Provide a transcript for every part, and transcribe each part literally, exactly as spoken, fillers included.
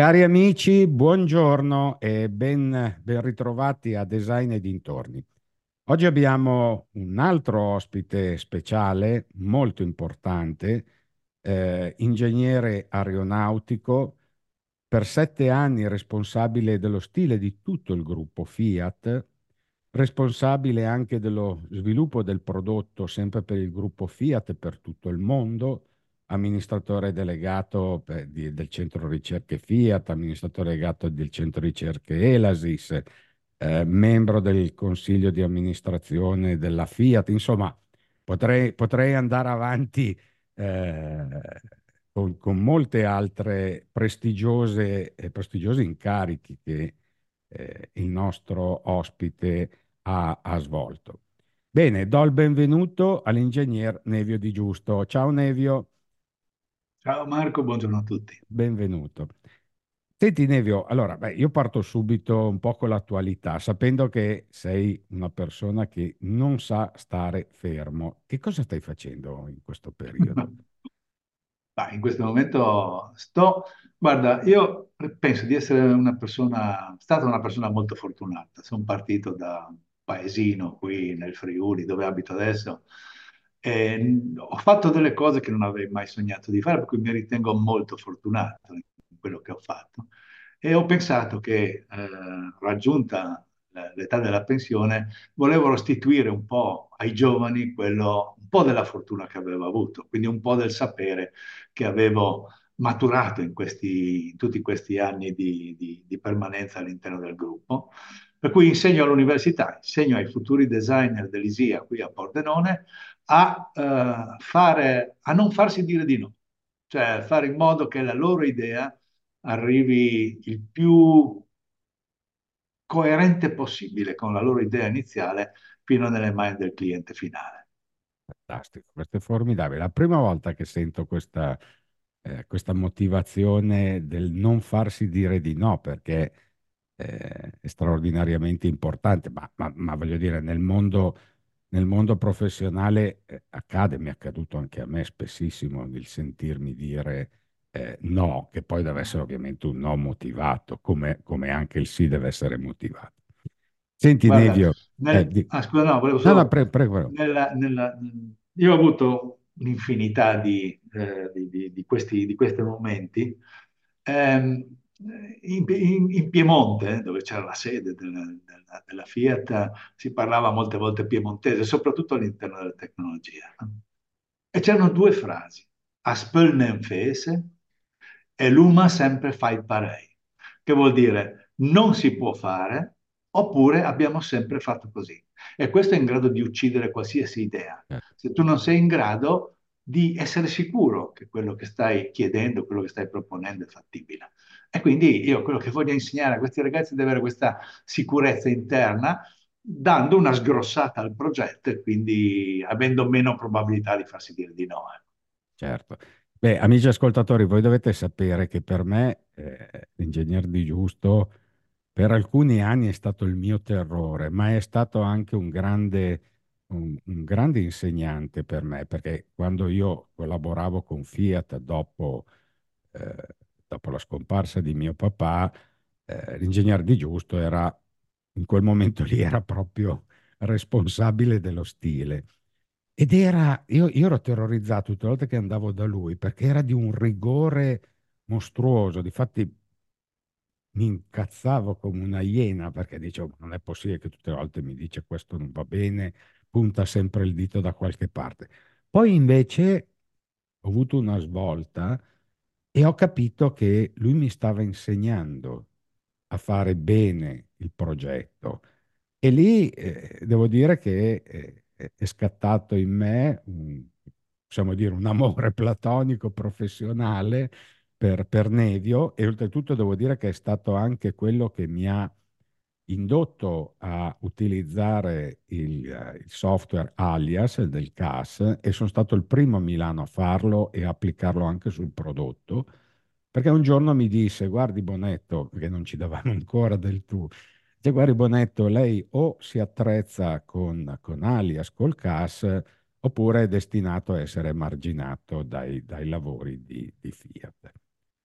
Cari amici, buongiorno e ben, ben ritrovati a Design e dintorni. Oggi abbiamo un altro ospite speciale, molto importante, eh, ingegnere aeronautico, per sette anni responsabile dello stile di tutto il gruppo Fiat, responsabile anche dello sviluppo del prodotto sempre per il gruppo Fiat e per tutto il mondo, amministratore delegato per- di- del centro ricerche Fiat, amministratore delegato del centro ricerche Elasis, eh, membro del consiglio di amministrazione della Fiat. Insomma, potrei, potrei andare avanti eh, con, con molte altre prestigiose e prestigiosi incarichi che eh, il nostro ospite ha, ha svolto. Bene, do il benvenuto all'ingegner Nevio Di Giusto. Ciao Nevio. Ciao Marco, buongiorno a tutti. Benvenuto. Senti Nevio, allora, beh, io parto subito un po' con l'attualità, sapendo che sei una persona che non sa stare fermo. Che cosa stai facendo in questo periodo? Ma in questo momento sto, guarda, io penso di essere una persona, stata una persona molto fortunata. Sono partito da un paesino qui nel Friuli, dove abito adesso, e ho fatto delle cose che non avrei mai sognato di fare, per cui mi ritengo molto fortunato in quello che ho fatto. E ho pensato che, eh, raggiunta eh, l'età della pensione, volevo restituire un po' ai giovani quello, un po' della fortuna che avevo avuto, quindi un po' del sapere che avevo maturato in questi, in tutti questi anni di, di- di permanenza all'interno del gruppo. Per cui insegno all'università, insegno ai futuri designer dell'ISIA qui a Pordenone a, eh, fare, a non farsi dire di no, cioè fare in modo che la loro idea arrivi il più coerente possibile con la loro idea iniziale fino nelle mani del cliente finale. Fantastico, questo è formidabile. La prima volta che sento questa, eh, questa motivazione del non farsi dire di no, perché eh, è straordinariamente importante, ma, ma- ma voglio dire, nel mondo, nel mondo professionale eh, accade, mi è accaduto anche a me spessissimo il sentirmi dire eh, no, che poi deve essere ovviamente un no motivato, come, come anche il sì deve essere motivato. Senti, Guarda, Nevio, eh, nel- di- ah, scusa, no, volevo no, no, solo... pre- prego. nella- nella- io ho avuto un'infinità di, eh, di- di- di questi, di questi momenti. Ehm, in, in- in Piemonte, dove c'era la sede della, della- della Fiat, si parlava molte volte piemontese, soprattutto all'interno della tecnologia, no? E c'erano due frasi: a spel nem fese e l'uma sempre fai parei, che vuol dire non si può fare oppure abbiamo sempre fatto così. E questo è in grado di uccidere qualsiasi idea. Eh, Se tu non sei in grado di essere sicuro che quello che stai chiedendo, quello che stai proponendo è fattibile. E quindi io quello che voglio insegnare a questi ragazzi è di avere questa sicurezza interna, dando una sgrossata al progetto e quindi avendo meno probabilità di farsi dire di no. Ecco. Certo. Beh, amici ascoltatori, voi dovete sapere che per me eh, l'ingegner Di Giusto per alcuni anni è stato il mio terrore, ma è stato anche un grande, un, un grande insegnante per me, perché quando io collaboravo con Fiat dopo, eh, dopo la scomparsa di mio papà, eh, l'ingegner Di Giusto era, in quel momento lì, era proprio responsabile dello stile. Ed era, io, io ero terrorizzato tutte le volte che andavo da lui perché era di un rigore mostruoso. Difatti mi incazzavo come una iena perché dicevo, non è possibile che tutte le volte mi dice questo non va bene, punta sempre il dito da qualche parte. Poi invece ho avuto una svolta e ho capito che lui mi stava insegnando a fare bene il progetto. E lì eh, devo dire che eh, è è scattato in me un, possiamo dire, un amore platonico professionale per, per Nevio e oltretutto devo dire che è stato anche quello che mi ha indotto a utilizzare il, eh, il software Alias del C A S e sono stato il primo a Milano a farlo e a applicarlo anche sul prodotto, perché un giorno mi disse, guardi Bonetto, che non ci davamo ancora del tu, dice, guardi Bonetto, lei o si attrezza con, con Alias, col C A S, oppure è destinato a essere emarginato dai, dai lavori di, di Fiat.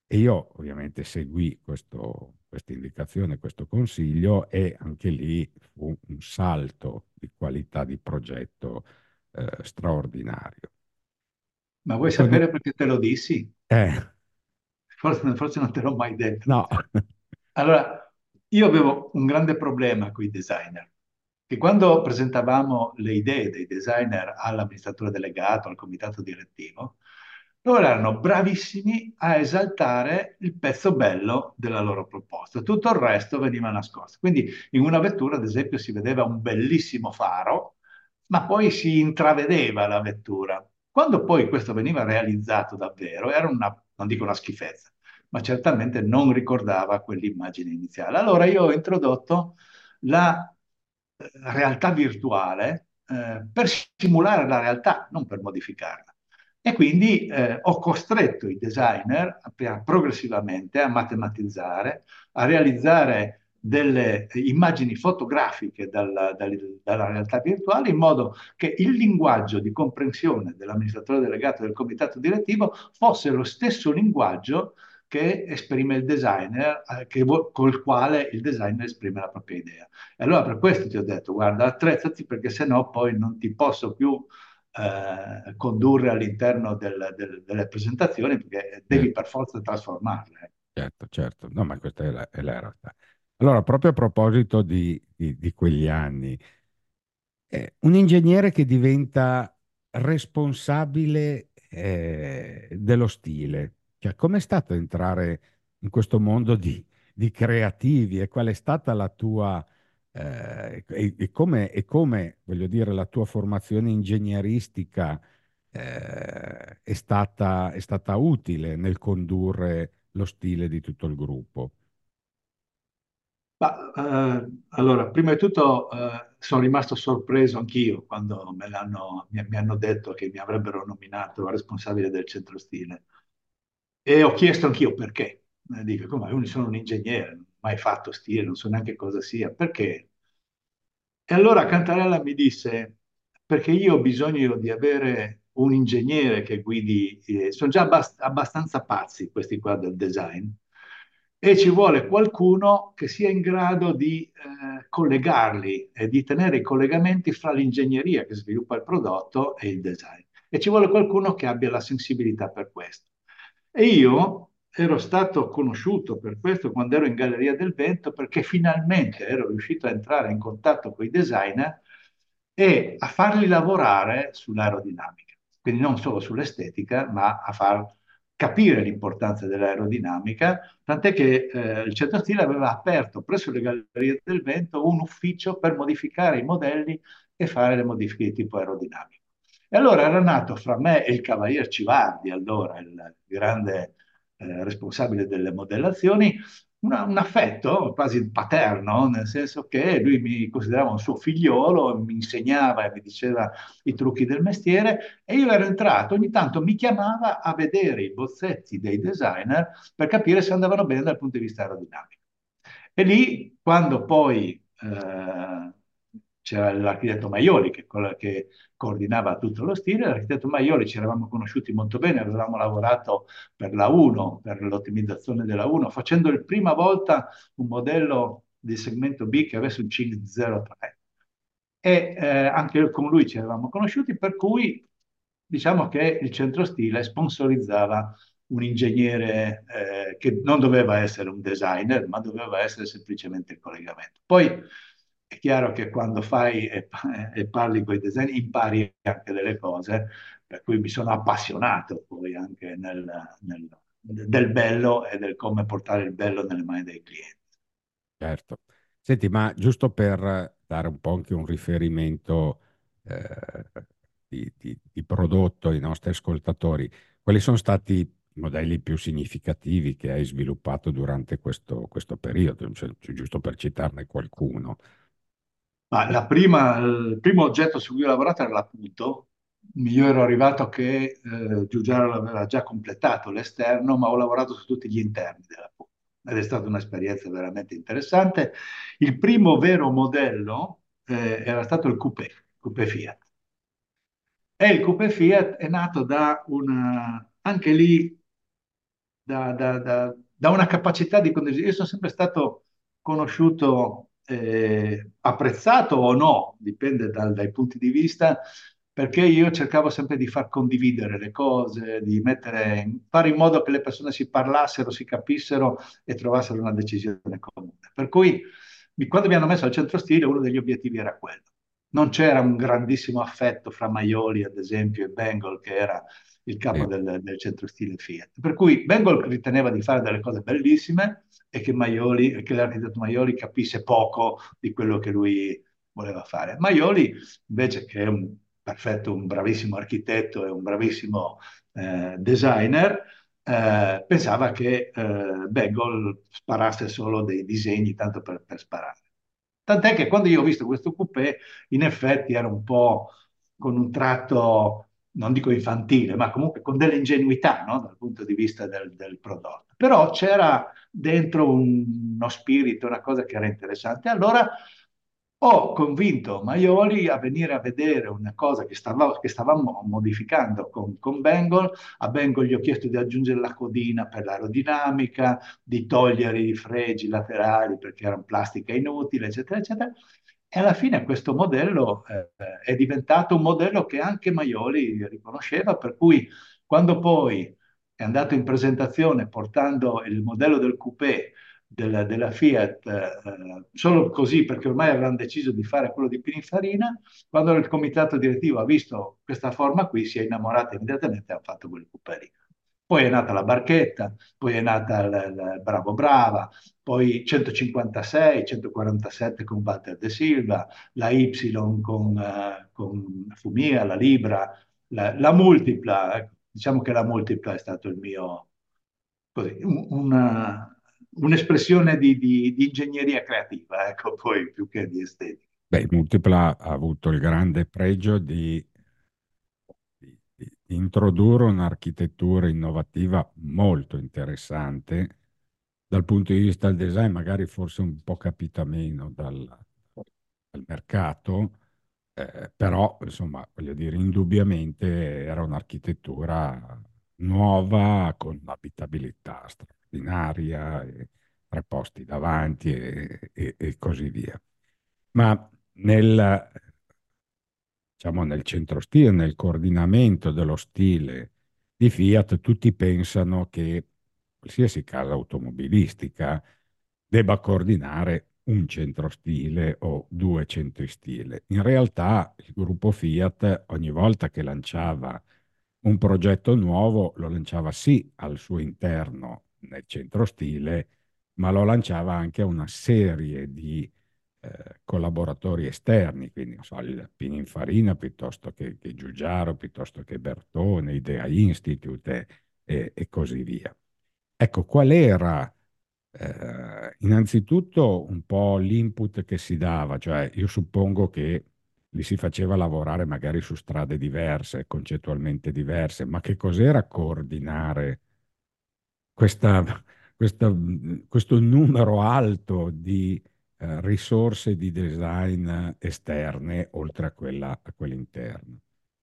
E io ovviamente seguì questo- questa indicazione, questo consiglio e anche lì fu un salto di qualità di progetto eh, straordinario. Ma vuoi E quando... sapere perché te lo dissi? Eh, Forse, forse non te l'ho mai detto. no, Allora, io avevo un grande problema con i designer, che quando presentavamo le idee dei designer all'amministratore delegato, al comitato direttivo, loro erano bravissimi a esaltare il pezzo bello della loro proposta. Tutto il resto veniva nascosto. Quindi in una vettura, ad esempio, si vedeva un bellissimo faro, ma poi si intravedeva la vettura. Quando poi questo veniva realizzato davvero, era una, non dico una schifezza, ma certamente non ricordava quell'immagine iniziale. Allora io ho introdotto la eh, realtà virtuale eh, per simulare la realtà, non per modificarla. E quindi eh, ho costretto i designer a, a progressivamente a matematizzare, a realizzare delle immagini fotografiche dalla, dal- dalla realtà virtuale in modo che il linguaggio di comprensione dell'amministratore delegato del comitato direttivo fosse lo stesso linguaggio che esprime il designer, eh, che vo- col quale il designer esprime la propria idea. E allora per questo ti ho detto, guarda, attrezzati perché sennò poi non ti posso più eh, condurre all'interno del- del- delle presentazioni perché devi certo, per forza trasformarle. certo, certo. No, ma questa è la, è la realtà. Allora, proprio a proposito di, di- di quegli anni, eh, un ingegnere che diventa responsabile eh, dello stile, cioè com'è stato entrare in questo mondo di, di creativi e qual è stata la tua, eh, e, e come, e come, voglio dire, la tua formazione ingegneristica eh, è stata, è stata utile nel condurre lo stile di tutto il gruppo? Ma, eh, allora, prima di tutto eh, sono rimasto sorpreso anch'io quando me l'hanno- mi, mi hanno detto che mi avrebbero nominato responsabile del centro stile. E ho chiesto anch'io perché. Eh, dico, come, io sono un ingegnere, non ho mai fatto stile, non so neanche cosa sia, perché? E allora Cantarella mi disse, perché io ho bisogno di avere un ingegnere che guidi, eh, sono già abbast- abbastanza pazzi questi qua del design, e ci vuole qualcuno che sia in grado di eh, collegarli e di tenere i collegamenti fra l'ingegneria che sviluppa il prodotto e il design. E ci vuole qualcuno che abbia la sensibilità per questo. E io ero stato conosciuto per questo quando ero in Galleria del Vento, perché finalmente ero riuscito a entrare in contatto con i designer e a farli lavorare sull'aerodinamica. Quindi non solo sull'estetica, ma a far capire l'importanza dell'aerodinamica, tant'è che eh, il Centro Stile aveva aperto presso le Gallerie del Vento un ufficio per modificare i modelli e fare le modifiche di tipo aerodinamico. E allora era nato fra me e il Cavalier Civardi, allora il grande eh, responsabile delle modellazioni, una- un affetto quasi paterno, nel senso che lui mi considerava un suo figliolo, mi insegnava e mi diceva i trucchi del mestiere e io ero entrato, ogni tanto mi chiamava a vedere i bozzetti dei designer per capire se andavano bene dal punto di vista aerodinamico. E lì, quando poi eh, c'era l'architetto Maioli che, che coordinava tutto lo stile, l'architetto Maioli ci eravamo conosciuti molto bene, avevamo lavorato per la uno, per l'ottimizzazione della uno, facendo per prima volta un modello di segmento B che avesse un C I G zero tre. E eh, anche con lui ci eravamo conosciuti, per cui diciamo che il centro stile sponsorizzava un ingegnere eh, che non doveva essere un designer, ma doveva essere semplicemente il collegamento. Poi è chiaro che quando fai e, e parli con i designer impari anche delle cose, per cui mi sono appassionato poi anche nel, nel- del bello e del come portare il bello nelle mani dei clienti. Certo. Senti, ma giusto per dare un po' anche un riferimento eh, di, di- di prodotto ai nostri ascoltatori, quali sono stati i modelli più significativi che hai sviluppato durante questo, questo periodo? Cioè, cioè, giusto per citarne qualcuno. Ma la prima- il primo oggetto su cui ho lavorato era l'appunto. Io ero arrivato che eh, Giugiaro l'aveva già completato l'esterno, ma ho lavorato su tutti gli interni dell'appunto. Ed è stata un'esperienza veramente interessante. Il primo vero modello eh, era stato il coupé, coupé Fiat. E il coupé Fiat è nato da una, anche lì da, da- da- da una capacità di condivisione. Io sono sempre stato conosciuto, eh, apprezzato o no, dipende dal- dai punti di vista, perché io cercavo sempre di far condividere le cose, di mettere, fare in modo che le persone si parlassero, si capissero e trovassero una decisione comune. Per cui mi- quando mi hanno messo al centro stile, uno degli obiettivi era quello. Non c'era un grandissimo affetto fra Maioli, ad esempio, e Bengal, che era il capo Sì, del, del centro stile Fiat. Per cui Bengal riteneva di fare delle cose bellissime e che Maioli, che l'architetto Maioli capisse poco di quello che lui voleva fare. Maioli, invece, che è un perfetto, un bravissimo architetto e un bravissimo eh, designer, eh, pensava che eh, Bengal sparasse solo dei disegni tanto per, per sparare. Tant'è che quando io ho visto questo coupé, in effetti era un po' con un tratto, non dico infantile, ma comunque con delle ingenuità, no? Dal punto di vista del, del prodotto. Però c'era dentro un- uno spirito, una cosa che era interessante. Allora ho convinto Maioli a venire a vedere una cosa che, stava- che stavamo modificando con, con Bengal. A Bengal gli ho chiesto di aggiungere la codina per l'aerodinamica, di togliere i fregi laterali perché erano plastica inutile, eccetera, eccetera. E alla fine questo modello eh, è diventato un modello che anche Maioli riconosceva, per cui quando poi è andato in presentazione portando il modello del coupé della, della Fiat, eh, solo così perché ormai avevano deciso di fare quello di Pininfarina, quando il comitato direttivo ha visto questa forma qui si è innamorato immediatamente e ha fatto quel coupé lì. Poi è nata la barchetta, poi è nata il, il Bravo Brava, poi centocinquantasei, centoquarantasette con Walter De Silva, la Y con, eh, con Fumia, la Libra, la, la Multipla, ecco, diciamo che la Multipla è stato il mio, così, un- una- un'espressione di, di- di ingegneria creativa, ecco, poi più che di estetica. beh, il Multipla ha avuto il grande pregio di, di- di introdurre un'architettura innovativa molto interessante dal punto di vista del design, magari forse un po' capita meno dal, dal mercato, eh, però insomma, voglio dire, indubbiamente era un'architettura nuova con un'abitabilità straordinaria, e tre posti davanti e, e- e così via. Ma nel, diciamo, nel centrostile, nel coordinamento dello stile di Fiat, tutti pensano che qualsiasi casa automobilistica debba coordinare un centrostile o due centrostile. In realtà il gruppo Fiat ogni volta che lanciava un progetto nuovo lo lanciava sì al suo interno nel centrostile, ma lo lanciava anche a una serie di eh, collaboratori esterni, quindi non so, il Pininfarina piuttosto che, che Giugiaro, piuttosto che Bertone, Idea Institute e, e e così via. Ecco, qual era eh, innanzitutto un po' l'input che si dava, cioè io suppongo che li si faceva lavorare magari su strade diverse, concettualmente diverse, ma che cos'era coordinare questa, questa- questo numero alto di eh, risorse di design esterne oltre a quella, a quella interna?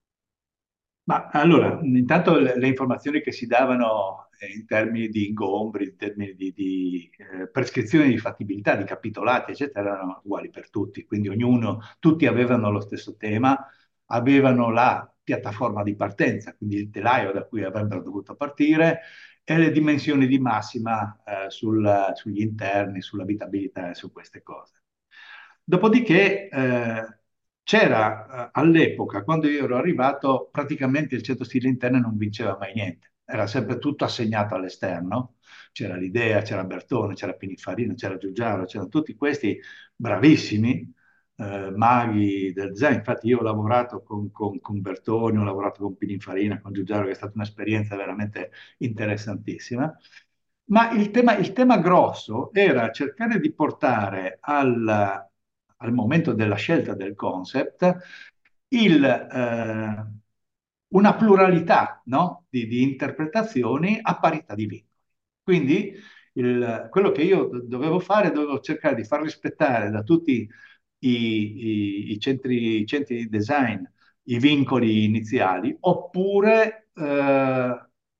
Ma allora, intanto le, le informazioni che si davano eh, in termini di ingombri, in termini di, di, eh, prescrizioni di fattibilità, di capitolati, eccetera, erano uguali per tutti. Quindi ognuno, tutti avevano lo stesso tema, avevano la piattaforma di partenza, quindi il telaio da cui avrebbero dovuto partire, e le dimensioni di massima eh, sul- sugli interni, sull'abitabilità e su queste cose. Dopodiché eh, c'era eh, all'epoca, quando io ero arrivato, praticamente il centro stile interno non vinceva mai niente, era sempre tutto assegnato all'esterno. C'era l'Idea, c'era Bertone, c'era Pininfarina, c'era Giugiaro, c'erano tutti questi bravissimi eh, maghi del design. Infatti io ho lavorato con, con, con Bertone, ho lavorato con Pininfarina, con Giugiaro, che è stata un'esperienza veramente interessantissima. Ma il tema, il tema grosso era cercare di portare al, al momento della scelta del concept il, eh, una pluralità, no? di, di interpretazioni a parità di vincoli. Quindi il- quello che io do- dovevo fare, dovevo cercare di far rispettare da tutti i, i- i centri, i centri di design i vincoli iniziali, oppure eh,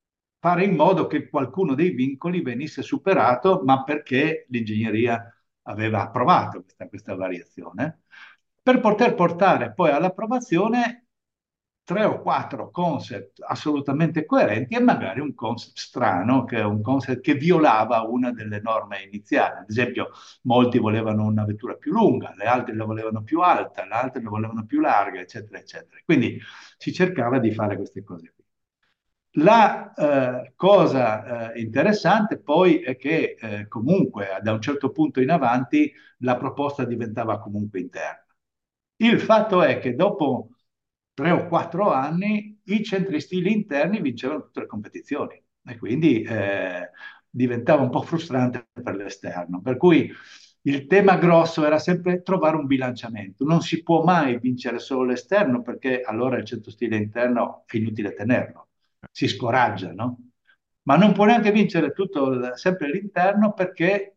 fare in modo che qualcuno dei vincoli venisse superato, ma perché l'ingegneria aveva approvato questa, questa variazione, per poter portare poi all'approvazione tre o quattro concept assolutamente coerenti e magari un concept strano, che è un concept che violava una delle norme iniziali. Ad esempio, molti volevano una vettura più lunga, le altre la volevano più alta, le altre la volevano più larga, eccetera, eccetera. Quindi si cercava di fare queste cose qui. La eh, cosa eh, interessante poi è che eh, comunque da un certo punto in avanti la proposta diventava comunque interna. Il fatto è che dopo tre o quattro anni i centri stili interni vincevano tutte le competizioni e quindi eh, diventava un po' frustrante per l'esterno. Per cui il tema grosso era sempre trovare un bilanciamento. Non si può mai vincere solo l'esterno perché allora il centro stile interno è inutile tenerlo, si scoraggia, no? Ma non può neanche vincere tutto il- sempre l'interno perché,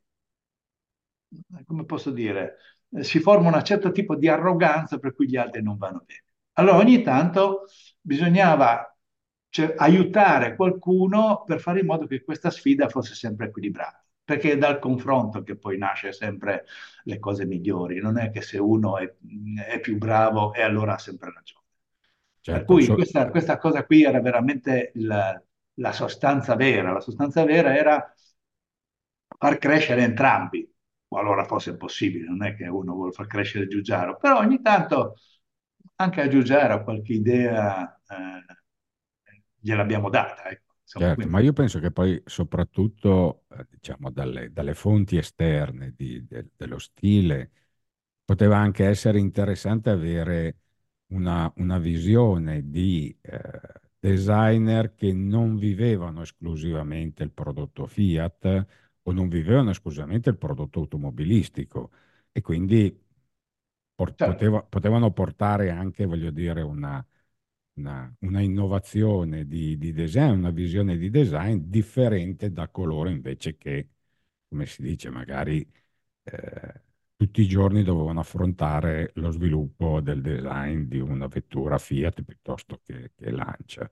come posso dire, eh, si forma un certo tipo di arroganza per cui gli altri non vanno bene. Allora ogni tanto bisognava cioè, aiutare qualcuno per fare in modo che questa sfida fosse sempre equilibrata, perché è dal confronto che poi nasce sempre le cose migliori, non è che se uno è, è più bravo e allora ha sempre ragione. Per Certo, cui so- questa, questa cosa qui era veramente il- la sostanza vera. La sostanza vera era far crescere entrambi, qualora fosse possibile. Non è che uno vuole far crescere Giugiaro, però ogni tanto anche a Giugiaro qualche idea eh, gliel'abbiamo data. Ecco. Insomma, certo, ma quindi, io penso che poi soprattutto, eh, diciamo, dalle, dalle fonti esterne di- del- dello stile, poteva anche essere interessante avere una, una visione di eh, designer che non vivevano esclusivamente il prodotto Fiat o non vivevano esclusivamente il prodotto automobilistico e quindi por- certo, poteva- potevano portare anche, voglio dire, una, una- una innovazione di, di design, una visione di design differente da coloro invece che, come si dice, magari eh, tutti i giorni dovevano affrontare lo sviluppo del design di una vettura Fiat piuttosto che, che Lancia.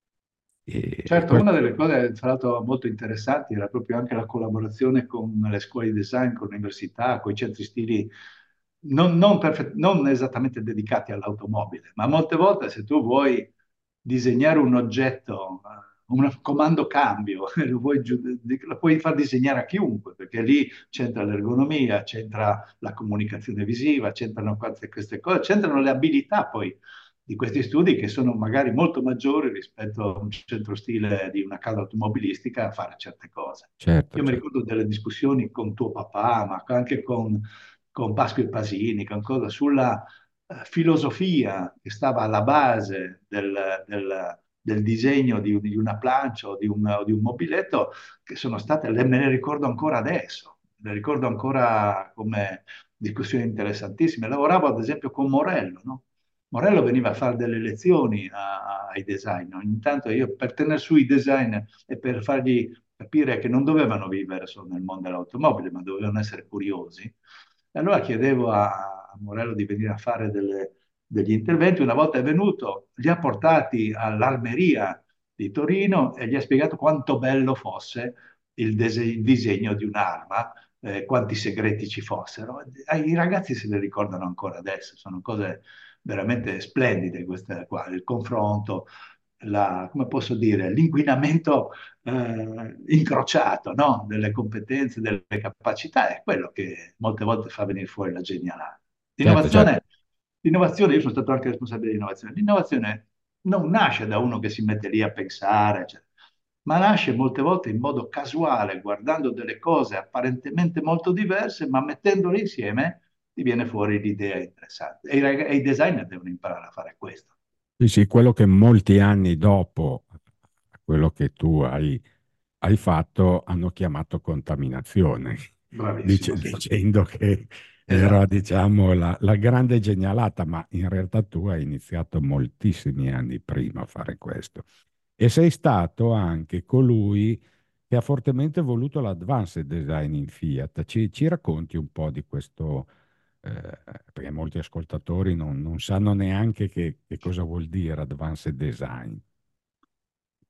E, e certo, una questo, delle cose, tra l'altro, molto interessanti era proprio anche la collaborazione con le scuole di design, con le università, con i centri stili non, non perfe- non esattamente dedicati all'automobile, ma molte volte se tu vuoi disegnare un oggetto, eh, un comando cambio, lo puoi, giu- lo puoi far disegnare a chiunque, perché lì c'entra l'ergonomia, c'entra la comunicazione visiva, c'entrano queste queste cose, c'entrano le abilità poi di questi studi che sono magari molto maggiori rispetto a un centro stile di una casa automobilistica a fare certe cose. certo, Io mi certo, ricordo delle discussioni con tuo papà, ma anche con, con Pasquio Pasini, con cosa, sulla eh, filosofia che stava alla base del, del- del disegno di, di una plancia o di un, o di un mobiletto, che sono state, le- me le ricordo ancora adesso, le ricordo ancora come discussioni interessantissime. Lavoravo ad esempio con Morello, no? Morello veniva a fare delle lezioni a- ai design. Ogni tanto io per tenere su i design e per fargli capire che non dovevano vivere solo nel mondo dell'automobile, ma dovevano essere curiosi. E allora chiedevo a, a Morello di venire a fare delle- degli interventi. Una volta è venuto, li ha portati all'Armeria di Torino e gli ha spiegato quanto bello fosse il, dise- il disegno di un'arma, eh, quanti segreti ci fossero. Eh, I ragazzi se le ricordano ancora adesso, sono cose veramente splendide queste qua, il confronto, la, come posso dire, l'inquinamento eh, incrociato, no? Delle competenze, delle capacità, è quello che molte volte fa venire fuori la genialata. certo, certo. L'innovazione, l'innovazione, io sono stato anche responsabile di innovazione, l'innovazione non nasce da uno che si mette lì a pensare, cioè, ma nasce molte volte in modo casuale, guardando delle cose apparentemente molto diverse, ma mettendole insieme ti viene fuori l'idea interessante. E i, rag- e i designer devono imparare a fare questo. Sì, sì, quello che molti anni dopo quello che tu hai, hai fatto hanno chiamato contaminazione, dice- Bravissimo, sì. dicendo che era, Esatto. diciamo, la, la grande genialata, ma in realtà tu hai iniziato moltissimi anni prima a fare questo. E sei stato anche colui che ha fortemente voluto l'advanced design in Fiat. Ci, ci racconti un po' di questo, eh, perché molti ascoltatori non, non sanno neanche che, che cosa vuol dire advanced design.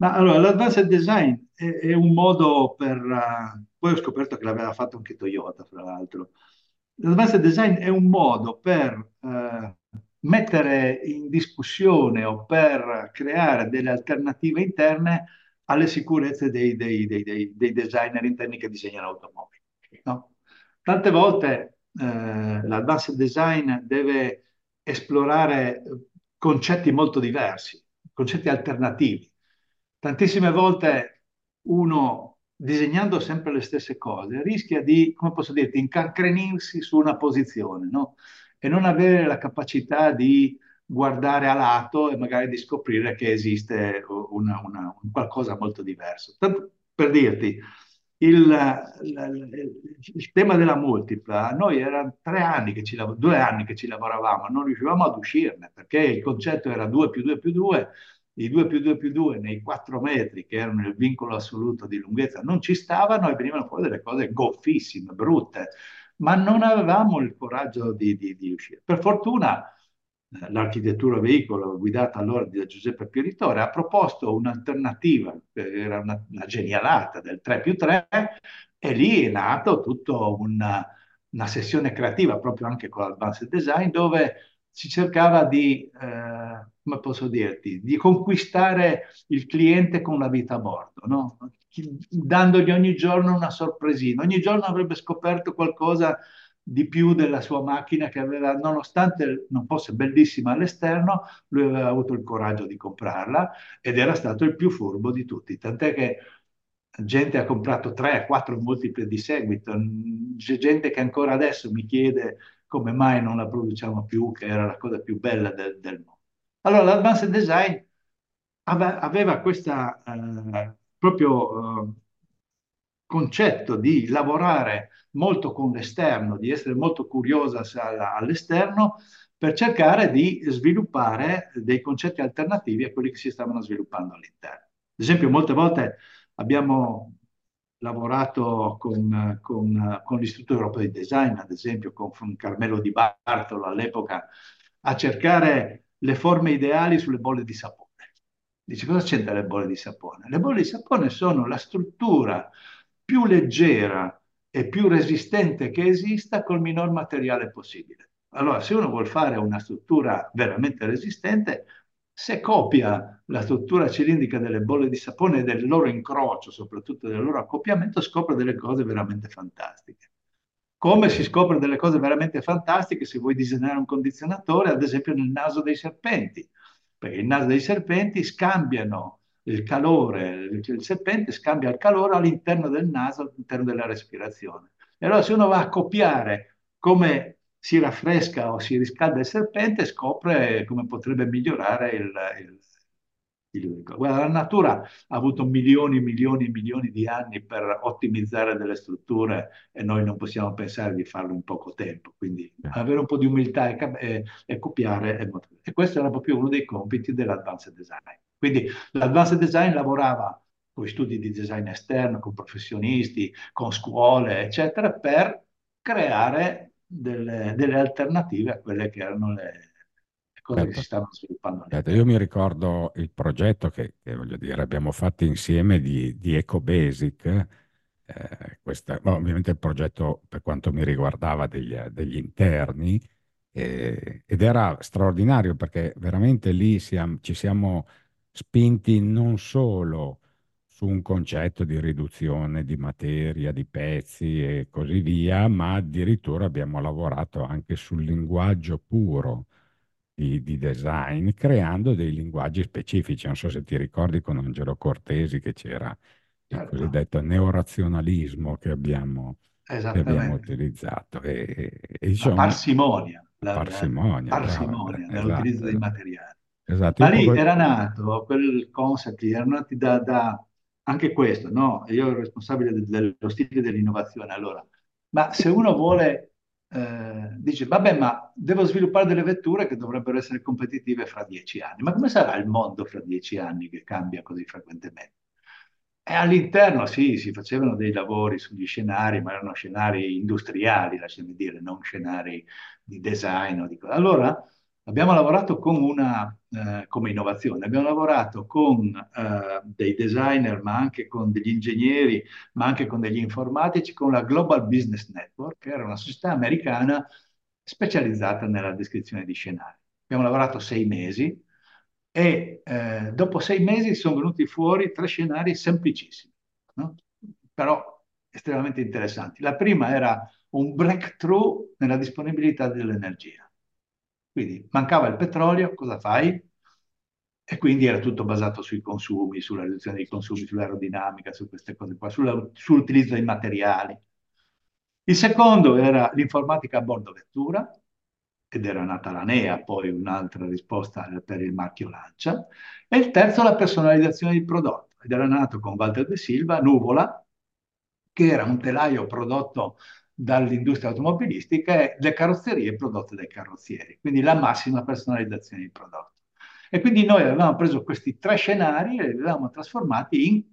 Ma allora, l'advanced design è, è un modo per... eh, poi ho scoperto che l'aveva fatto anche Toyota, fra l'altro. L'advanced design è un modo per eh, mettere in discussione o per creare delle alternative interne alle sicurezze dei, dei- dei- dei- dei designer interni che disegnano automobili, no? Tante volte eh, l'advanced design deve esplorare eh, concetti molto diversi, concetti alternativi. Tantissime volte uno, disegnando sempre le stesse cose, rischia di, come posso dirti, incancrenirsi su una posizione, no? E non avere la capacità di guardare a lato e magari di scoprire che esiste una- una- un qualcosa molto diverso. Tanto per dirti, il, il- il tema della multipla, a noi erano tre anni che ci, lav- due anni che ci lavoravamo, non riuscivamo ad uscirne perché il concetto era due più due più due, i due più due più due nei quattro metri, che erano il vincolo assoluto di lunghezza, non ci stavano e venivano fuori delle cose goffissime, brutte, ma non avevamo il coraggio di, di, di uscire. Per fortuna eh, l'architettura veicolo guidata allora da Giuseppe Piritore ha proposto un'alternativa, che era una, una genialata del tre più tre, e lì è nato tutta una, una sessione creativa proprio anche con l'Advanced Design dove si cercava di, eh, come posso dirti, di conquistare il cliente con la vita a bordo, no? Chi- Dandogli ogni giorno una sorpresina. Ogni giorno avrebbe scoperto qualcosa di più della sua macchina che aveva, nonostante non fosse bellissima all'esterno, lui aveva avuto il coraggio di comprarla ed era stato il più furbo di tutti. Tant'è che gente ha comprato tre, quattro multiple di seguito. C'è gente che ancora adesso mi chiede come mai non la produciamo più, che era la cosa più bella del, del mondo. Allora, l'Advanced Design ave- aveva questa eh, proprio eh, concetto di lavorare molto con l'esterno, di essere molto curiosa alla- all'esterno per cercare di sviluppare dei concetti alternativi a quelli che si stavano sviluppando all'interno. Ad esempio, molte volte abbiamo lavorato con, con- con l'Istituto Europeo di Design, ad esempio con, con Carmelo Di Bartolo all'epoca, a cercare le forme ideali sulle bolle di sapone. Dice, cosa c'entra le bolle di sapone? Le bolle di sapone sono la struttura più leggera e più resistente che esista col minor materiale possibile. Allora, se uno vuole fare una struttura veramente resistente, se copia la struttura cilindrica delle bolle di sapone e del loro incrocio, soprattutto del loro accoppiamento, scopre delle cose veramente fantastiche. Come si Eh, scopre delle cose veramente fantastiche se vuoi disegnare un condizionatore, ad esempio nel naso dei serpenti, perché il naso dei serpenti scambiano il calore, il, il serpente scambia il calore all'interno del naso, all'interno della respirazione. E allora se uno va a copiare come si raffresca o si riscalda il serpente, scopre come potrebbe migliorare il, il- il- Guarda, la natura ha avuto milioni e milioni e milioni di anni per ottimizzare delle strutture e noi non possiamo pensare di farlo in poco tempo. Quindi eh, avere un po' di umiltà e, cap- e- e copiare è molto... E questo era proprio uno dei compiti dell'advanced design. Quindi l'advanced design lavorava con studi di design esterno, con professionisti, con scuole, eccetera, per creare delle, delle alternative a quelle che erano le, le cose che si certo. stavano sviluppando Certo, io all'interno. mi ricordo il progetto che, che, voglio dire, abbiamo fatto insieme di, di EcoBasic, eh, questa- no, ovviamente il progetto per quanto mi riguardava degli, degli interni, eh, ed era straordinario perché veramente lì siam- ci siamo spinti non solo su un concetto di riduzione di materia, di pezzi e così via, ma addirittura abbiamo lavorato anche sul linguaggio puro di, di design, creando dei linguaggi specifici. Non so se ti ricordi con Angelo Cortesi che c'era il Certo, cosiddetto neorazionalismo che abbiamo, che abbiamo esattamente. utilizzato. E, e La insomma, parsimonia, la la, la parsimonia, brava, parsimonia nell'utilizzo esatto, dei esatto. materiali. Esatto, Ma io lì poco... era nato quel concept, lì, erano nati da, da- anche questo, no? Io ero responsabile de- dello stile dell'innovazione. Allora, ma se uno vuole, eh, dice, vabbè, ma devo sviluppare delle vetture che dovrebbero essere competitive fra dieci anni. Ma come sarà il mondo fra dieci anni che cambia così frequentemente? E all'interno sì, si facevano dei lavori sugli scenari, ma erano scenari industriali, lasciami dire, non scenari di design o di cosa. Allora, Abbiamo lavorato con una, eh, come innovazione, abbiamo lavorato con eh, dei designer, ma anche con degli ingegneri, ma anche con degli informatici, con la Global Business Network, che era una società americana specializzata nella descrizione di scenari. Abbiamo lavorato sei mesi e eh, dopo sei mesi sono venuti fuori tre scenari semplicissimi, no? Però estremamente interessanti. La prima era un breakthrough nella disponibilità dell'energia. Quindi mancava il petrolio, cosa fai? E quindi era tutto basato sui consumi, sulla riduzione dei consumi, sull'aerodinamica, su queste cose qua, sulla- sull'utilizzo dei materiali. Il secondo era l'informatica a bordo vettura, ed era nata la N E A, poi un'altra risposta per il marchio Lancia. E il terzo la personalizzazione del prodotto, ed era nato con Walter De Silva, Nuvola, che era un telaio prodotto dall'industria automobilistica e le carrozzerie prodotte dai carrozzieri, quindi la massima personalizzazione del prodotto. E quindi noi avevamo preso questi tre scenari e li avevamo trasformati in,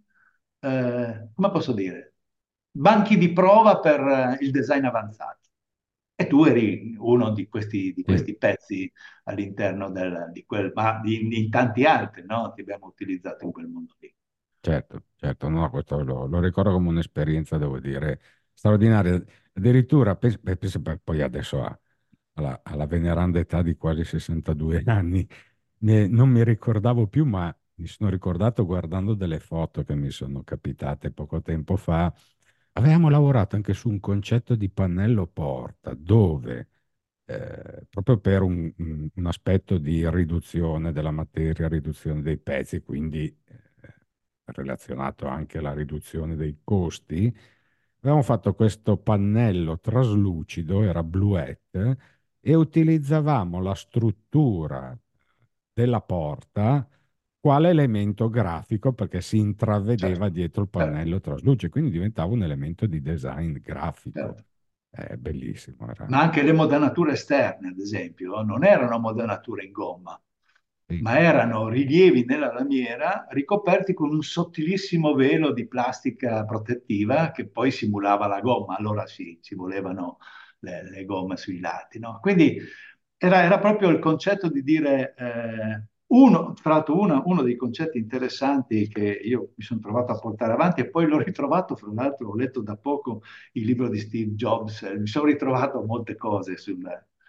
eh, come posso dire, banchi di prova per eh, il design avanzato. E tu eri uno di questi, di Sì, questi pezzi all'interno del- di quel, ma di, in tanti altri, no? Che abbiamo utilizzato in quel mondo lì. certo, certo, no, questo lo, lo ricordo come un'esperienza, devo dire, straordinaria. Addirittura, pens- beh, penso, beh, poi adesso ha- alla, alla veneranda età di quasi sessantadue anni, ne- non mi ricordavo più, ma mi sono ricordato guardando delle foto che mi sono capitate poco tempo fa. Avevamo lavorato anche su un concetto di pannello porta, dove eh, proprio per un, un- un aspetto di riduzione della materia, riduzione dei pezzi, quindi eh, relazionato anche alla riduzione dei costi, avevamo fatto questo pannello traslucido, era bluette, e utilizzavamo la struttura della porta quale elemento grafico perché si intravedeva Certo, dietro il certo, pannello traslucido, quindi diventava un elemento di design grafico. certo. È bellissimo, era. Ma anche le modanature esterne, ad esempio, non erano modanature in gomma, Sì, ma erano rilievi nella lamiera ricoperti con un sottilissimo velo di plastica protettiva che poi simulava la gomma. Allora sì, ci volevano le, le gomme sui lati, no? Quindi era, era proprio il concetto di dire, eh, uno, tra l'altro uno, uno dei concetti interessanti che io mi sono trovato a portare avanti e poi l'ho ritrovato, fra l'altro ho letto da poco il libro di Steve Jobs, eh, mi sono ritrovato molte cose sul...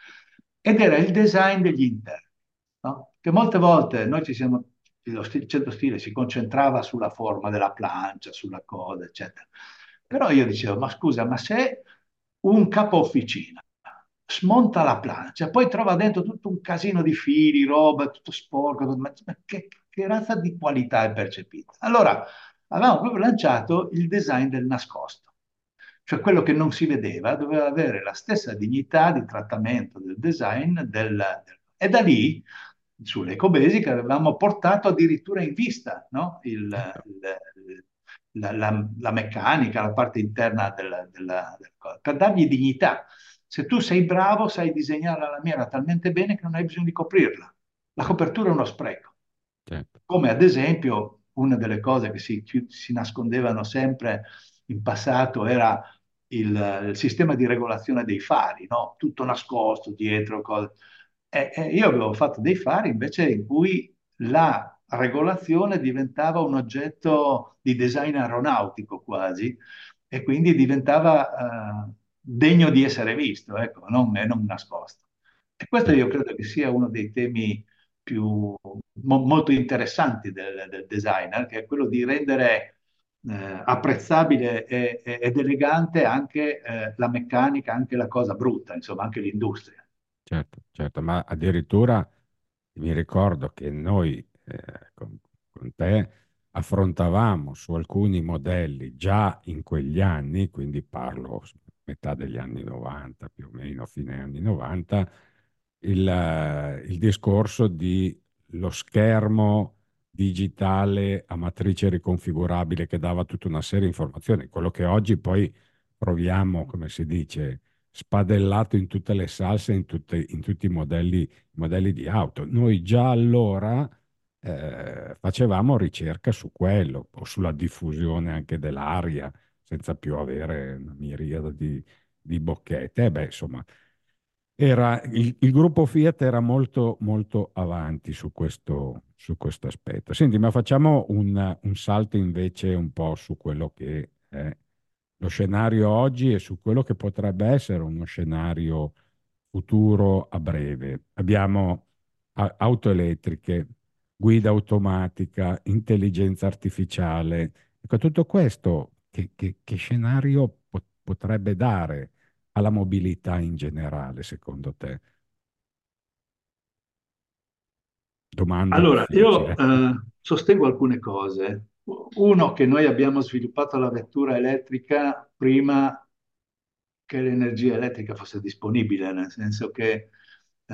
ed era il design degli interni, no? Che molte volte noi ci siamo, lo sti- certo stile si concentrava sulla forma della plancia, sulla coda, eccetera. Però io dicevo, ma scusa, ma se un capo officina smonta la plancia, poi trova dentro tutto un casino di fili, roba, tutto sporco, ma ma che, che razza di qualità è percepita? Allora, avevamo proprio lanciato il design del nascosto, cioè quello che non si vedeva doveva avere la stessa dignità di trattamento del design del, del- e da lì sull'ecobasic avevamo portato addirittura in vista, no? Il- il- la, la- la meccanica, la parte interna della, della- della cosa, per dargli dignità. Se tu sei bravo, sai disegnare la lamiera talmente bene che non hai bisogno di coprirla. La certo, copertura è uno spreco. certo, Come ad esempio, una delle cose che si, chi- si nascondevano sempre in passato era il, il sistema di regolazione dei fari, no? Tutto nascosto dietro. cose. E, e io avevo fatto dei fari invece in cui la regolazione diventava un oggetto di design aeronautico quasi, e quindi diventava eh, degno di essere visto, ecco, non, e non nascosto. E questo io certo. credo che sia uno dei temi più mo- molto interessanti del, del designer, che è quello di rendere eh, apprezzabile e- e- ed elegante anche eh, la meccanica, anche la cosa brutta, insomma, anche l'industria. Certo, certo, ma addirittura mi ricordo che noi eh, con, con te affrontavamo su alcuni modelli già in quegli anni, quindi parlo s- metà degli anni novanta, più o meno fine anni novanta, il, eh, il discorso di lo schermo digitale a matrice riconfigurabile che dava tutta una serie di informazioni, quello che oggi poi proviamo, come si dice, spadellato in tutte le salse, in, tutte- in tutti i modelli, modelli di auto. Noi già allora eh, facevamo ricerca su quello o sulla diffusione anche dell'aria, senza più avere una miriade di, di bocchette. Eh beh, insomma, Era, il, il gruppo Fiat era molto, molto avanti su questo, su questo aspetto. Senti, ma facciamo un, un salto invece un po' su quello che è lo scenario oggi e su quello che potrebbe essere uno scenario futuro a breve. Abbiamo a- auto elettriche, guida automatica, intelligenza artificiale. Ecco, tutto questo che, che- che scenario po- potrebbe dare alla mobilità in generale, secondo te? Domanda Allora, io difficile. eh, sostengo alcune cose. Uno, che noi abbiamo sviluppato la vettura elettrica prima che l'energia elettrica fosse disponibile, nel senso che eh,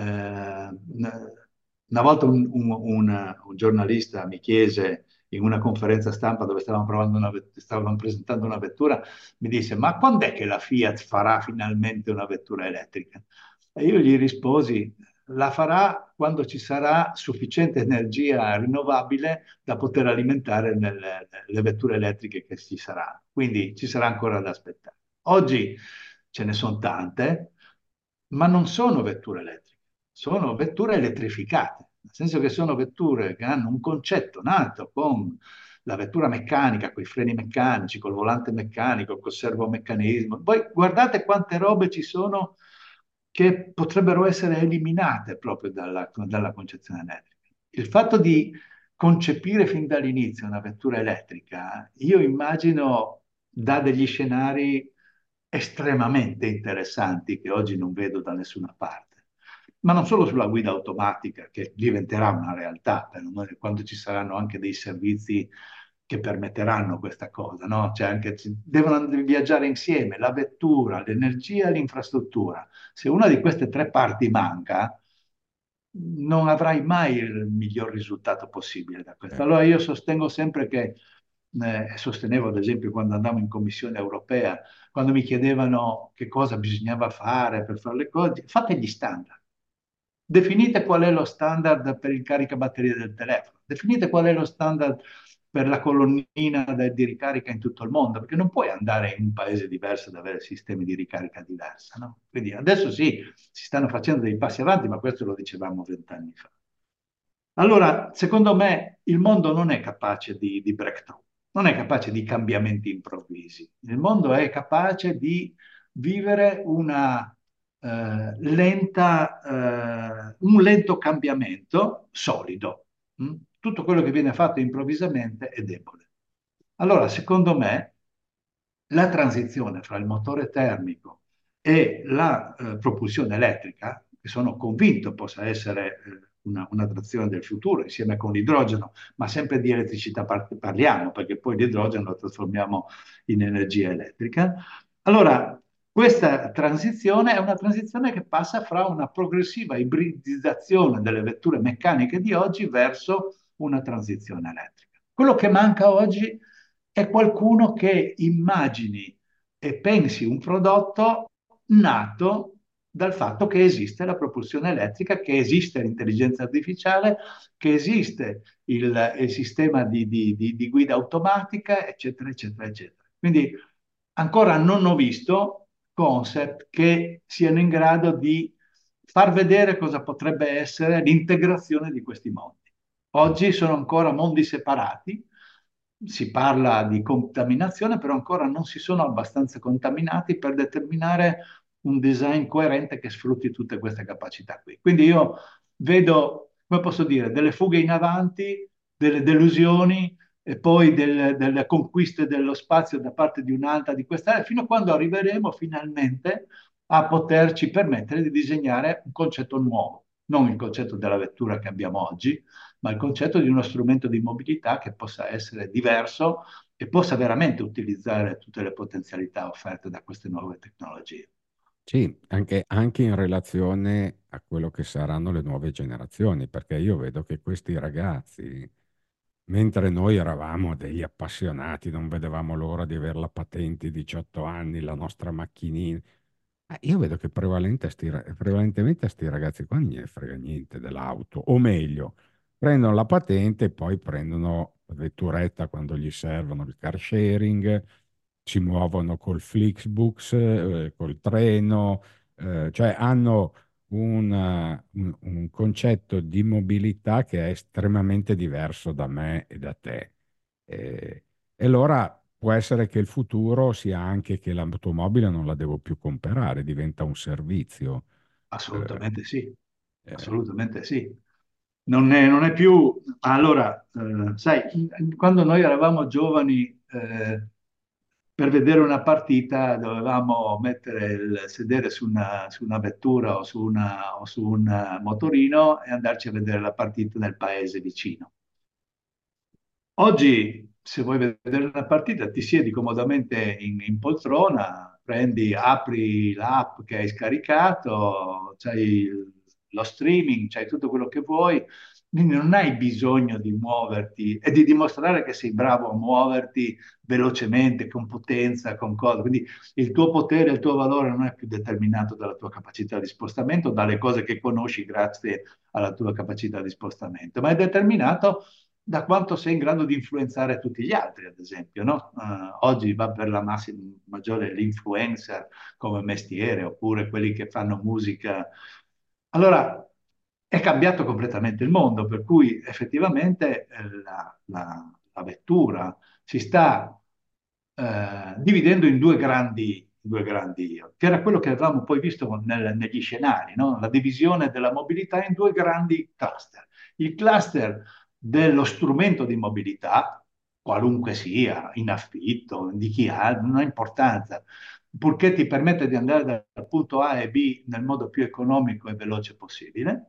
una volta un, un- un- un giornalista mi chiese in una conferenza stampa dove stavamo, provando una vet- stavamo presentando una vettura, mi disse: Ma quando è che la Fiat farà finalmente una vettura elettrica? E io gli risposi: La farà quando ci sarà sufficiente energia rinnovabile da poter alimentare nelle- le vetture elettriche che ci saranno. Quindi ci sarà ancora da aspettare. Oggi ce ne sono tante, ma non sono vetture elettriche, sono vetture elettrificate, nel senso che sono vetture che hanno un concetto nato con la vettura meccanica, con i freni meccanici, col volante meccanico, col servomeccanismo. Poi guardate quante robe ci sono che potrebbero essere eliminate proprio dalla, dalla concezione elettrica. Il fatto di concepire fin dall'inizio una vettura elettrica, io immagino dà degli scenari estremamente interessanti che oggi non vedo da nessuna parte. Ma non solo sulla guida automatica, che diventerà una realtà, per noi, quando ci saranno anche dei servizi che permetteranno questa cosa, no? Cioè anche, devono viaggiare insieme la vettura, l'energia e l'infrastruttura. Se una di queste tre parti manca, non avrai mai il miglior risultato possibile da questo. Eh, Allora io sostengo sempre che, eh, sostenevo ad esempio quando andavo in Commissione europea, quando mi chiedevano che cosa bisognava fare per fare le cose, fate gli standard. Definite qual è lo standard per il caricabatterie del telefono, definite qual è lo standard per la colonnina de- di ricarica in tutto il mondo, perché non puoi andare in un paese diverso ad avere sistemi di ricarica diversi, no? Quindi adesso sì, si stanno facendo dei passi avanti, ma questo lo dicevamo vent'anni fa. Allora, secondo me, il mondo non è capace di, di breakthrough, non è capace di cambiamenti improvvisi. Il mondo è capace di vivere una eh, lenta, eh, un lento cambiamento solido. Mm? Tutto quello che viene fatto improvvisamente è debole. Allora, secondo me, la transizione fra il motore termico e la eh, propulsione elettrica, che sono convinto possa essere eh, una, una trazione del futuro insieme con l'idrogeno, ma sempre di elettricità par- parliamo, perché poi l'idrogeno lo trasformiamo in energia elettrica. Allora, questa transizione è una transizione che passa fra una progressiva ibridizzazione delle vetture meccaniche di oggi verso una transizione elettrica. Quello che manca oggi è qualcuno che immagini e pensi un prodotto nato dal fatto che esiste la propulsione elettrica, che esiste l'intelligenza artificiale, che esiste il, il sistema di, di- di- di guida automatica, eccetera, eccetera, eccetera. Quindi ancora non ho visto concept che siano in grado di far vedere cosa potrebbe essere l'integrazione di questi mondi. Oggi sono ancora mondi separati, si parla di contaminazione, però ancora non si sono abbastanza contaminati per determinare un design coerente che sfrutti tutte queste capacità qui. Quindi io vedo, come posso dire, delle fughe in avanti, delle delusioni e poi del- delle conquiste dello spazio da parte di un'altra di quest'area, fino a quando arriveremo finalmente a poterci permettere di disegnare un concetto nuovo, non il concetto della vettura che abbiamo oggi, ma il concetto di uno strumento di mobilità che possa essere diverso e possa veramente utilizzare tutte le potenzialità offerte da queste nuove tecnologie. Sì, anche, anche in relazione a quello che saranno le nuove generazioni, perché io vedo che questi ragazzi, mentre noi eravamo degli appassionati, non vedevamo l'ora di avere la patente, diciotto anni, la nostra macchinina, eh, io vedo che prevalente a sti ra- prevalentemente a sti ragazzi qua non gliene frega niente dell'auto, o meglio, prendono la patente e poi prendono la vetturetta quando gli servono il car sharing, si muovono col Flixbus, eh, col treno, eh, cioè hanno una- un, un concetto di mobilità che è estremamente diverso da me e da te. E, e allora può essere che il futuro sia anche che l'automobile non la devo più comprare, diventa un servizio. Eh, Assolutamente sì, eh, assolutamente sì. Non è, non è più... Allora, eh, sai, quando noi eravamo giovani, eh, per vedere una partita dovevamo mettere il sedere su una, su una vettura o su, una- o su un motorino e andarci a vedere la partita nel paese vicino. Oggi, se vuoi vedere una partita, ti siedi comodamente in, in poltrona, prendi, apri l'app che hai scaricato, c'hai il- lo streaming, c'hai tutto quello che vuoi, quindi non hai bisogno di muoverti e di dimostrare che sei bravo a muoverti velocemente, con potenza, con cose. Quindi il tuo potere, il tuo valore non è più determinato dalla tua capacità di spostamento, dalle cose che conosci grazie alla tua capacità di spostamento, ma è determinato da quanto sei in grado di influenzare tutti gli altri, ad esempio, no? Eh, oggi va per la massima maggiore l'influencer come mestiere, oppure quelli che fanno musica. Allora, è cambiato completamente il mondo, per cui effettivamente eh, la, la- la vettura si sta eh, dividendo in due grandi, due grandi, che era quello che avevamo poi visto nel- negli scenari, no? La divisione della mobilità in due grandi cluster. Il cluster dello strumento di mobilità, qualunque sia, in affitto, di chi ha, non ha importanza, purché ti permette di andare dal punto A e B nel modo più economico e veloce possibile,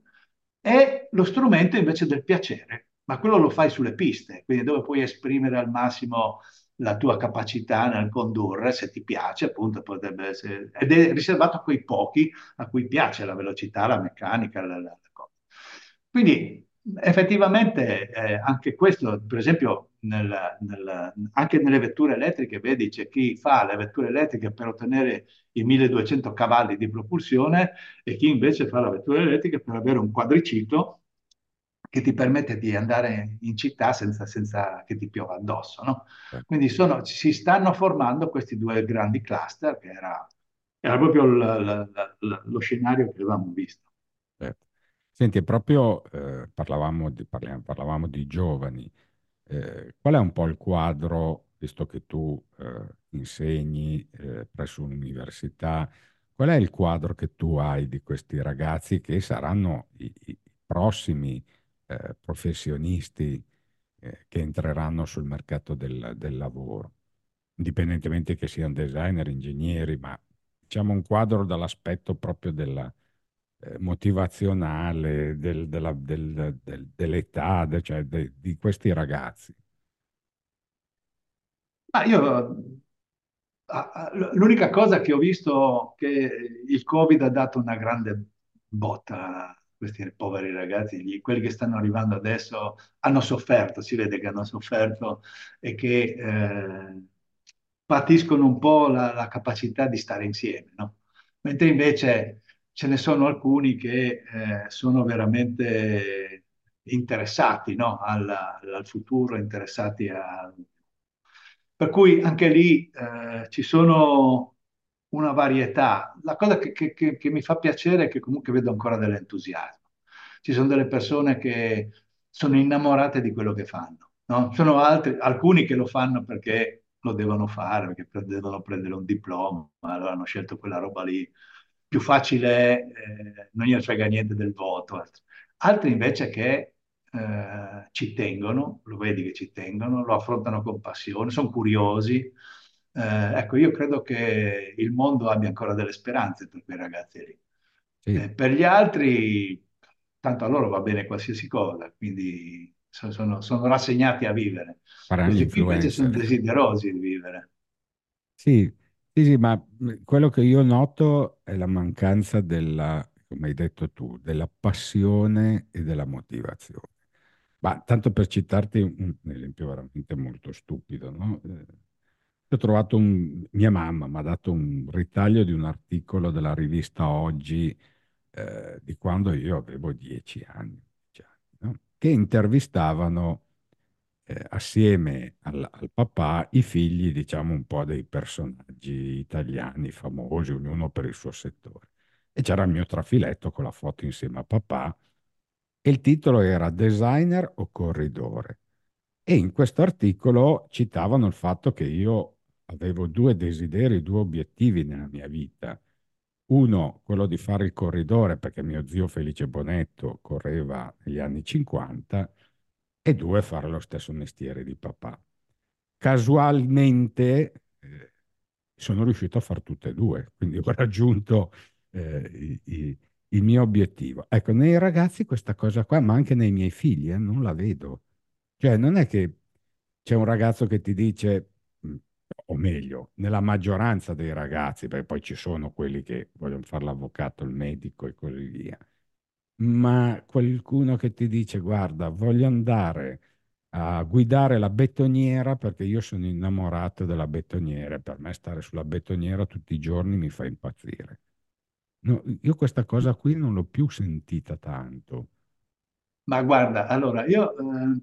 e lo strumento invece del piacere, ma quello lo fai sulle piste, quindi dove puoi esprimere al massimo la tua capacità nel condurre, se ti piace, appunto, potrebbe essere, ed è riservato a quei pochi a cui piace la velocità, la meccanica, la, la- la cosa. Quindi effettivamente eh, anche questo, per esempio, nel- nel- anche nelle vetture elettriche, vedi, c'è chi fa le vetture elettriche per ottenere i milleduecento cavalli di propulsione e chi invece fa la vettura elettrica per avere un quadriciclo che ti permette di andare in città senza, senza che ti piova addosso, no? eh, Quindi sono- si stanno formando questi due grandi cluster, che era, era proprio l- l- l- lo scenario che avevamo visto. certo. Senti, proprio eh, parlavamo di, parliamo- parlavamo di giovani. Eh, qual è un po' il quadro, visto che tu eh, insegni eh, presso un'università, qual è il quadro che tu hai di questi ragazzi che saranno i, i prossimi eh, professionisti eh, che entreranno sul mercato del, del lavoro, indipendentemente che siano designer, ingegneri, ma diciamo un quadro dall'aspetto proprio della eh, motivazionale, del- della- del- del- dell'età, de- cioè de- di questi ragazzi. Ma io Ah, ah, l'unica cosa che ho visto che il Covid ha dato una grande botta a questi poveri ragazzi, gli- quelli che stanno arrivando adesso hanno sofferto, si vede che hanno sofferto e che eh, patiscono un po' la, la capacità di stare insieme, no? Mentre invece ce ne sono alcuni che eh, sono veramente interessati, no? al, al futuro, interessati a... Per cui anche lì eh, ci sono una varietà. La cosa che, che- che- che mi fa piacere è che comunque vedo ancora dell'entusiasmo. Ci sono delle persone che sono innamorate di quello che fanno, no? Sono altri, alcuni che lo fanno perché lo devono fare, perché pre- devono prendere un diploma, allora hanno scelto quella roba lì. Più facile è, eh, non gliene frega niente del voto. Altri invece che eh, ci tengono, lo vedi che ci tengono, lo affrontano con passione, sono curiosi. Eh, ecco, io credo che il mondo abbia ancora delle speranze per quei ragazzi lì. Sì, Eh, per gli altri, tanto a loro va bene qualsiasi cosa, quindi so- sono, sono rassegnati a vivere. faranno gli Questi qui invece sono influencer. desiderosi di vivere. Sì, sì, sì, ma mh, quello che io noto è la mancanza della, come hai detto tu, della passione e della motivazione. Ma tanto per citarti un, un esempio veramente molto stupido, no? Eh, ho trovato un, mia mamma mi ha dato un ritaglio di un articolo della rivista Oggi eh, di quando io avevo dieci anni, undici anni, no? Che intervistavano eh, assieme al, al papà i figli, diciamo, un po' dei personaggi italiani famosi, ognuno per il suo settore. e c'era il mio trafiletto con la foto insieme a papà e il titolo era Designer o corridore. E in questo articolo citavano il fatto che io avevo due desideri, due obiettivi nella mia vita. Uno, quello di fare il corridore, perché mio zio Felice Bonetto correva negli anni cinquanta, e due, fare lo stesso mestiere di papà. Casualmente eh, sono riuscito a fare tutte e due, quindi ho raggiunto eh, i- i- il mio obiettivo. Ecco, nei ragazzi questa cosa qua, ma anche nei miei figli, eh, non la vedo. Cioè, non è che c'è un ragazzo che ti dice, mh, o meglio, nella maggioranza dei ragazzi, perché poi ci sono quelli che vogliono fare l'avvocato, il medico e così via, ma qualcuno che ti dice, guarda, voglio andare a guidare la betoniera perché io sono innamorato della betoniera, per me stare sulla betoniera tutti i giorni mi fa impazzire. No, io questa cosa qui non l'ho più sentita tanto. Ma guarda, allora io eh,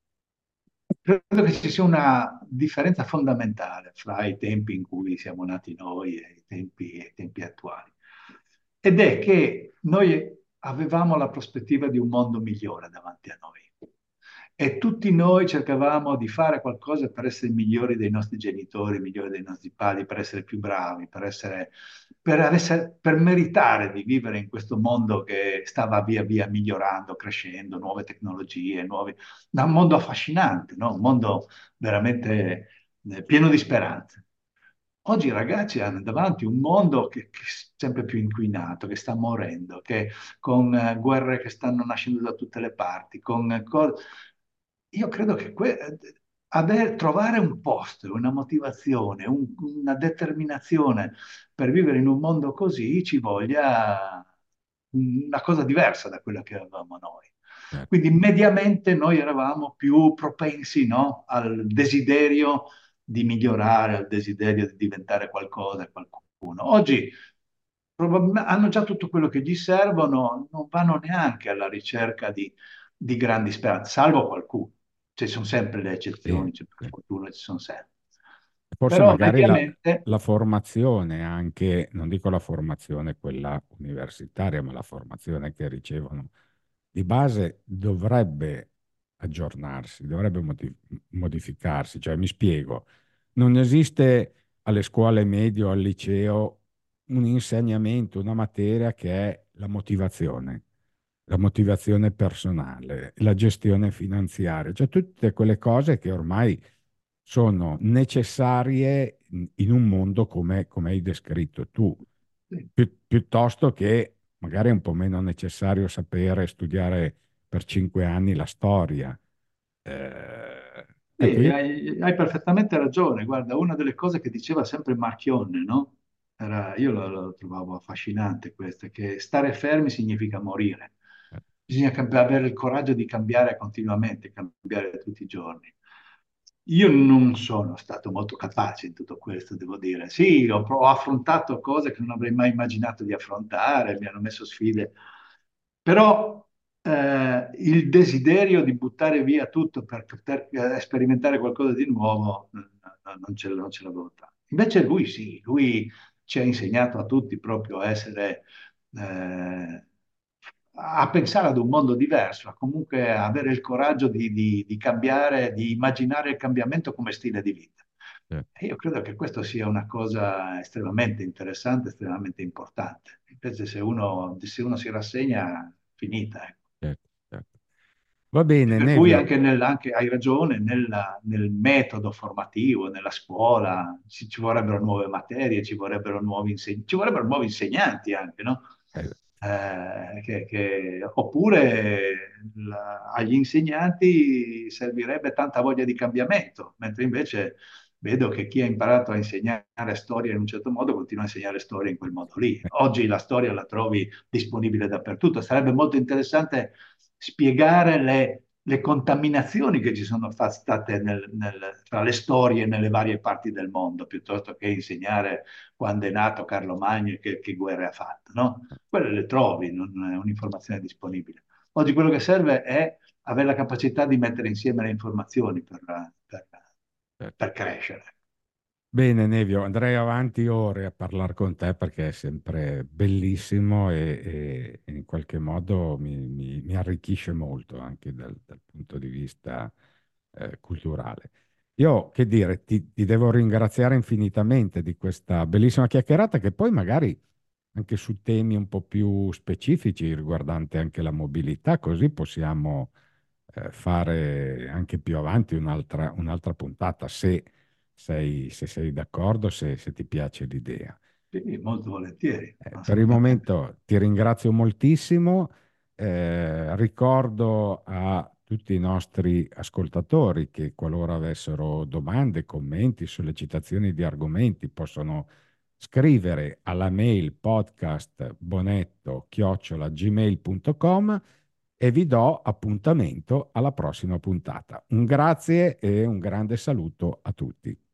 credo che ci sia una differenza fondamentale fra i tempi in cui siamo nati noi e i tempi, e i tempi attuali. Ed è che noi avevamo la prospettiva di un mondo migliore davanti a noi. E tutti noi cercavamo di fare qualcosa per essere migliori dei nostri genitori, migliori dei nostri padri, per essere più bravi, per essere, per essere- per meritare di vivere in questo mondo che stava via via migliorando, crescendo, nuove tecnologie, nuovi da un mondo affascinante, no? Un mondo veramente eh, pieno di speranze. Oggi i ragazzi hanno davanti un mondo che, che è sempre più inquinato, che sta morendo, che, con eh, guerre che stanno nascendo da tutte le parti, con eh, co- io credo che que- eh, avere- trovare un posto, una motivazione, un- una determinazione per vivere in un mondo così ci voglia una cosa diversa da quella che avevamo noi. Certo. Quindi mediamente noi eravamo più propensi, no, al desiderio di migliorare, al desiderio di diventare qualcosa e qualcuno. Oggi probabilmente hanno già tutto quello che gli servono, non vanno neanche alla ricerca di, di grandi speranze, salvo qualcuno. Ci sono sempre le Sì, eccezioni, c'è per sì. fortuna ci sono sempre. Forse Però magari la, mediamente, la formazione anche, non dico la formazione quella universitaria, ma la formazione che ricevono di base dovrebbe aggiornarsi, dovrebbe modi- modificarsi. Cioè, mi spiego, non esiste alle scuole medie o al liceo un insegnamento, una materia che è la motivazione, la motivazione personale, la gestione finanziaria, cioè tutte quelle cose che ormai sono necessarie in in un mondo come, come hai descritto tu, sì, Pi- piuttosto che magari è un po' meno necessario sapere studiare per cinque anni la storia. Eh, ecco, sì, io hai, hai perfettamente ragione. Guarda, una delle cose che diceva sempre Marchionne, no? Era, io lo, lo trovavo affascinante questa, che stare fermi significa morire. Bisogna cambi- avere il coraggio di cambiare continuamente, cambiare tutti i giorni. Io non sono stato molto capace in tutto questo, devo dire. Sì, ho, pro- ho affrontato cose che non avrei mai immaginato di affrontare, mi hanno messo sfide, però eh, il desiderio di buttare via tutto per poter eh, sperimentare qualcosa di nuovo eh, non ce, non ce l'avevo tanto. Invece lui sì, lui ci ha insegnato a tutti proprio a essere, eh, a pensare ad un mondo diverso, a comunque avere il coraggio di, di- di cambiare, di immaginare il cambiamento come stile di vita. eh, E io credo che questo sia una cosa estremamente interessante, estremamente importante. Invece se uno, se uno si rassegna, finita, ecco. certo, certo. Va bene, Per cui Nevio. anche, nel- anche hai ragione, nella- nel metodo formativo, nella scuola ci, ci vorrebbero nuove materie, ci vorrebbero nuovi inseg- ci vorrebbero nuovi insegnanti anche, no? Eh, Eh, che- che- oppure la- agli insegnanti servirebbe tanta voglia di cambiamento, mentre invece vedo che chi ha imparato a insegnare storia in un certo modo continua a insegnare storia in quel modo lì. Oggi la storia la trovi disponibile dappertutto. Sarebbe molto interessante spiegare le, le contaminazioni che ci sono fa- state nel- nel- tra le storie nelle varie parti del mondo, piuttosto che insegnare quando è nato Carlo Magno e che, che guerre ha fatto, no? Quelle le trovi, non è un'informazione disponibile. Oggi quello che serve è avere la capacità di mettere insieme le informazioni per, per- certo. per crescere. Bene, Nevio, andrei avanti ore a parlare con te perché è sempre bellissimo e, e in qualche modo mi, mi- mi arricchisce molto anche dal, dal punto di vista eh, culturale. Io, che dire, ti, ti devo ringraziare infinitamente di questa bellissima chiacchierata che poi magari anche su temi un po' più specifici riguardanti anche la mobilità, così possiamo eh, fare anche più avanti un'altra un'altra puntata, se sei, se sei d'accordo, se, se ti piace l'idea. Sì, molto volentieri, Eh, per il assolutamente. momento ti ringrazio moltissimo. Eh, ricordo a tutti i nostri ascoltatori che qualora avessero domande, commenti, sollecitazioni di argomenti, possono scrivere alla mail podcast bonetto chiocciola gmail punto com e vi do appuntamento alla prossima puntata. Un grazie e un grande saluto a tutti.